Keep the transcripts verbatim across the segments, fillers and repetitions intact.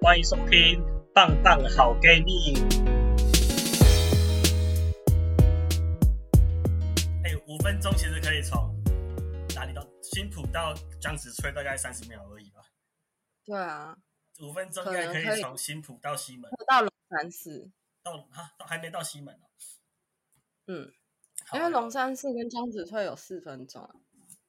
欢迎收听棒棒好给你。哎，五分钟其实可以从哪里到新埔到江子翠大概三十秒而已吧。 对啊， 五分钟应该可以从新埔到西门， 到龙山寺。 到哈到还没到西门哦。 嗯，因为龙山寺跟江子翠有四分钟啊。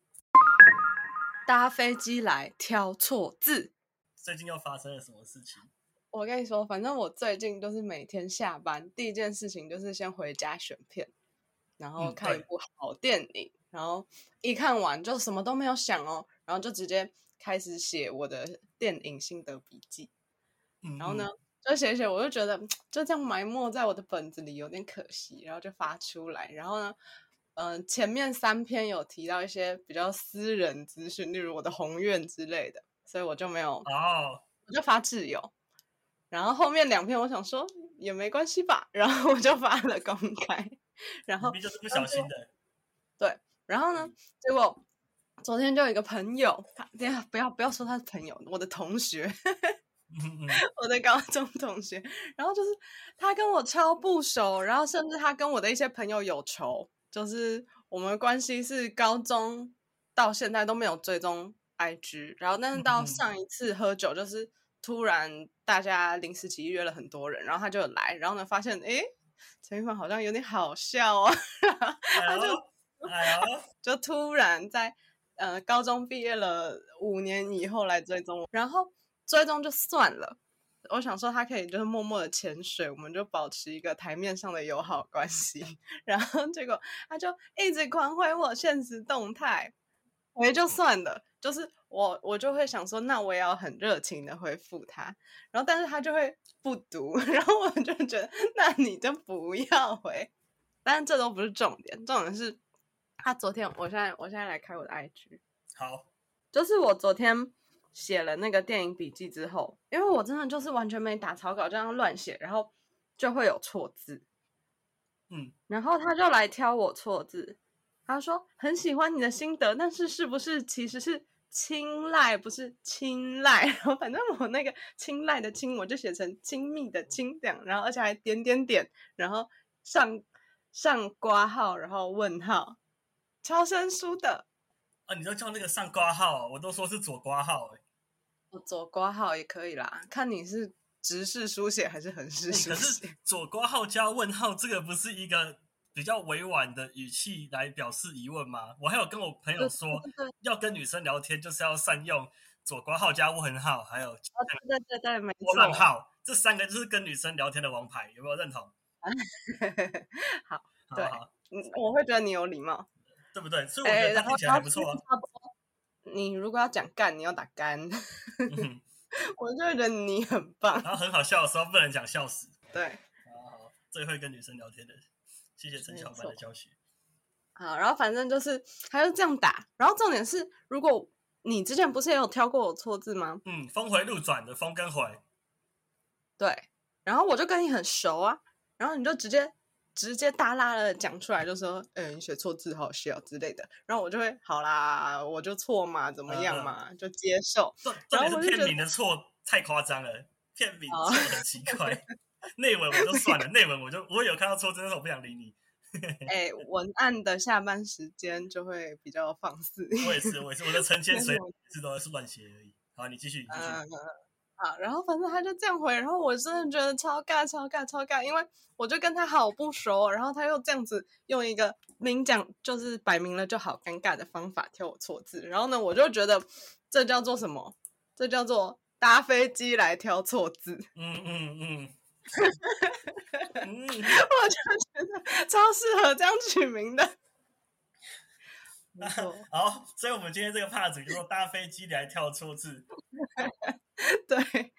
搭飞机来挑错字， 最近又发生了什么事情？ 我跟你说，反正我最近就是每天下班第一件事情就是先回家选片，然后看一部好电影，嗯、然后一看完就什么都没有想哦，然后就直接开始写我的电影心得笔记。嗯、然后呢，就写写，我就觉得就这样埋没在我的本子里有点可惜，然后就发出来。然后呢，嗯、呃，前面三篇有提到一些比较私人资讯，例如我的宏愿之类的，所以我就没有哦，我就发挚友。然后后面两篇我想说也没关系吧，然后我就发了公开。然后你就是不小心的。 对，然后呢，结果昨天就有一个朋友，他不要不要说他是朋友，我的同学。我的高中同学，然后就是他跟我超不熟，然后甚至他跟我的一些朋友有仇，就是我们关系是高中到现在都没有追踪 I G， 然后但是到上一次喝酒，就是突然大家临时起意约了很多人，然后他就有来，然后呢发现诶陈玉凡好像有点好笑哦，他就哎呦就突然在呃高中毕业了五年以后来追踪我，然后追踪就算了，我想说他可以就是默默的潜水，我们就保持一个台面上的友好关系。然后结果他就一直狂回我限时动态，回就算了，就是我我就会想说，那我也要很热情的回复他，然后但是他就会不读，然后我就觉得那你就不要回。但是这都不是重点，重点是他昨天，我现在我现在来开我的 I G， 好， 就是我昨天写了那个电影笔记之后，因为我真的就是完全没打草稿，这样乱写，然后就会有错字。嗯，然后他就来挑我错字，他说很喜欢你的心得，但是是不是其实是青睐，不是青睐？然后反正我那个青睐的青，我就写成亲密的亲这样，然后而且还点点点，然后上上括号，然后问号，超生疏的。 啊，你都叫那个上括号、哦，我都说是左括号哎。 左括号也可以啦，看你是直式书写还是横式书写。 可是左括号加问号，这个不是一个比较委婉的语气来表示疑问吗？我还有跟我朋友说，要跟女生聊天就是要善用左括号加问号，还有、哦、 对对对，没错， 波浪号，这三个就是跟女生聊天的王牌，有没有认同？ 好，对，好好，我会觉得你有礼貌， 对不对？所以我觉得他听起来还不错啊。 你如果要讲干，你要打干，嗯、我就觉得你很棒。 然后很好笑的时候不能讲笑死。 对， 好好，最会跟女生聊天的，谢谢陈小班的教学。 好，然后反正就是他就这样打，然后重点是，如果你之前不是也有挑过我错字吗？ 嗯，峰回路转的峰跟回。 对，然后我就跟你很熟啊，然后你就直接。直接大拉的讲出来，就说：“哎、欸，你写错字好笑之类的。”然后我就会好啦，我就错嘛，怎么样嘛，嗯、就接受。 然后我就片名的错太夸张了，片名错很奇怪。内文我就算了，内文我就我有看到错字，但是我不想理你。 哎、欸，文案的下班时间就会比较放肆。 我也是，我也是，我的成千水字都是乱写而已。好，你继续，你继续。嗯好，然后反正他就这样回，然后我真的觉得超尬、超尬、超尬，因为我就跟他好不熟，然后他又这样子用一个明讲就是摆明了就好尴尬的方法挑我错字，然后呢，我就觉得这叫做什么？这叫做搭飞机来挑错字。嗯嗯嗯。嗯，我就觉得超适合这样取名的。 没错。好，所以我们今天这个 part 叫做搭飞机来挑错字。 对，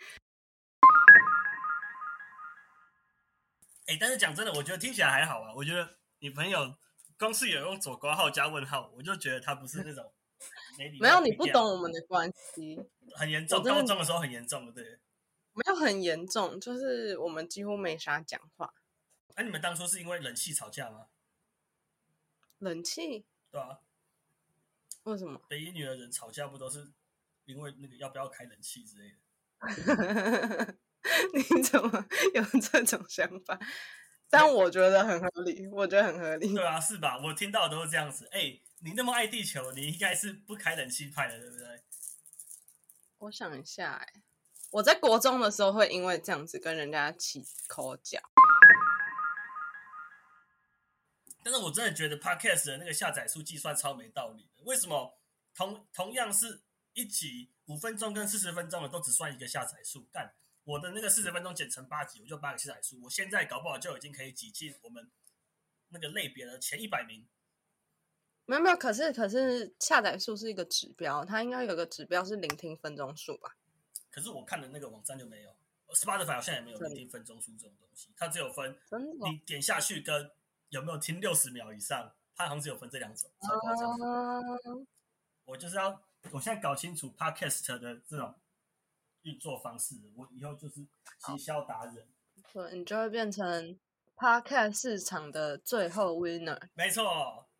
哎，但是讲真的，我觉得听起来还好啊。我觉得你朋友光是有用左括号加问号，我就觉得他不是那种没礼貌。 没有，你不懂我们的关系， 很严重。高中的时候很严重，对。 没有很严重，就是我们几乎没啥讲话。 那、啊、你们当初是因为冷气吵架吗？ 冷气？ 对啊。 为什么？ 北一女的人吵架不都是因为那个要不要开冷气之类的？ 你怎么有这种想法？但我觉得很合理，我觉得很合理。 对啊，是吧？我听到的都是这样子。哎、欸，你那么爱地球，你应该是不开冷气派的，对不对？ 我想一下、欸，哎，我在国中的时候会因为这样子跟人家起口角。 但是我真的觉得 Podcast 的那个下载数计算超没道理的。为什么同同样是一集五分钟跟四十分钟的都只算一个下载数？干！我的那个四十分钟剪成八集，我就八个下载数。我现在搞不好就已经可以挤进我们那个类别的前一百名。 没有没有，可是可是下载数是一个指标，它应该有个指标是聆听分钟数吧？ 可是我看的那个网站就没有 ，Spotify 好像也没有聆听分钟数这种东西，它只有分你点下去跟有没有听六十秒以上，它好像只有分这两种，超夸张。Uh... 我就是要我现在搞清楚 Podcast 的这种运作方式，我以后就是行销达人。 对，你就会变成 Podcast 市场的最后 winner。 没错，